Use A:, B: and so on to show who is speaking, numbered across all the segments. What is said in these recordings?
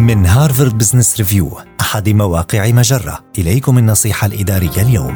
A: من هارفارد بزنس ريفيو أحد مواقع مجرة، إليكم النصيحة الإدارية اليوم.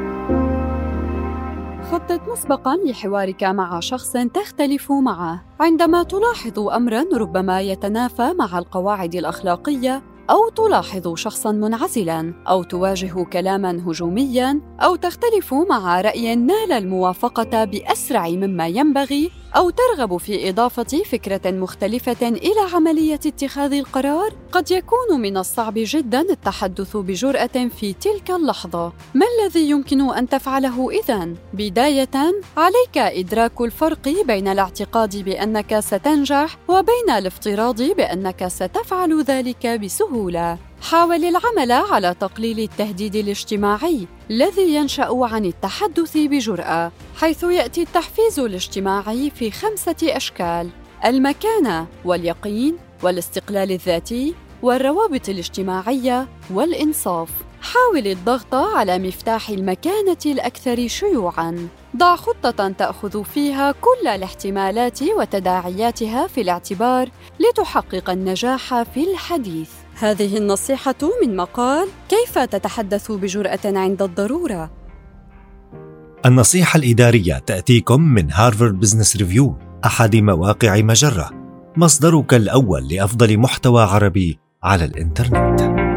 B: خطط مسبقاً لحوارك مع شخص تختلف معه. عندما تلاحظ أمراً ربما يتنافى مع القواعد الأخلاقية، أو تلاحظ شخصاً منعزلاً، أو تواجه كلاماً هجومياً، أو تختلف مع رأي نال الموافقة بأسرع مما ينبغي، أو ترغب في إضافة فكرة مختلفة إلى عملية اتخاذ القرار، قد يكون من الصعب جداً التحدث بجرأة في تلك اللحظة. ما الذي يمكن أن تفعله إذن؟ بداية، عليك إدراك الفرق بين الاعتقاد بأنك ستنجح وبين الافتراض بأنك ستفعل ذلك بسهولة. حاول العمل على تقليل التهديد الاجتماعي الذي ينشأ عن التحدث بجرأة، حيث يأتي التحفيز الاجتماعي في 5 أشكال: المكانة واليقين والاستقلال الذاتي والروابط الاجتماعية والإنصاف. حاول الضغط على مفتاح المكانة الأكثر شيوعاً. ضع خطة تأخذ فيها كل الاحتمالات وتداعياتها في الاعتبار لتحقق النجاح في الحديث. هذه النصيحة من مقال كيف تتحدث بجرأة عند الضرورة.
A: النصيحة الإدارية تأتيكم من هارفارد بزنس ريفيو أحد مواقع مجرة، مصدرك الأول لأفضل محتوى عربي على الإنترنت.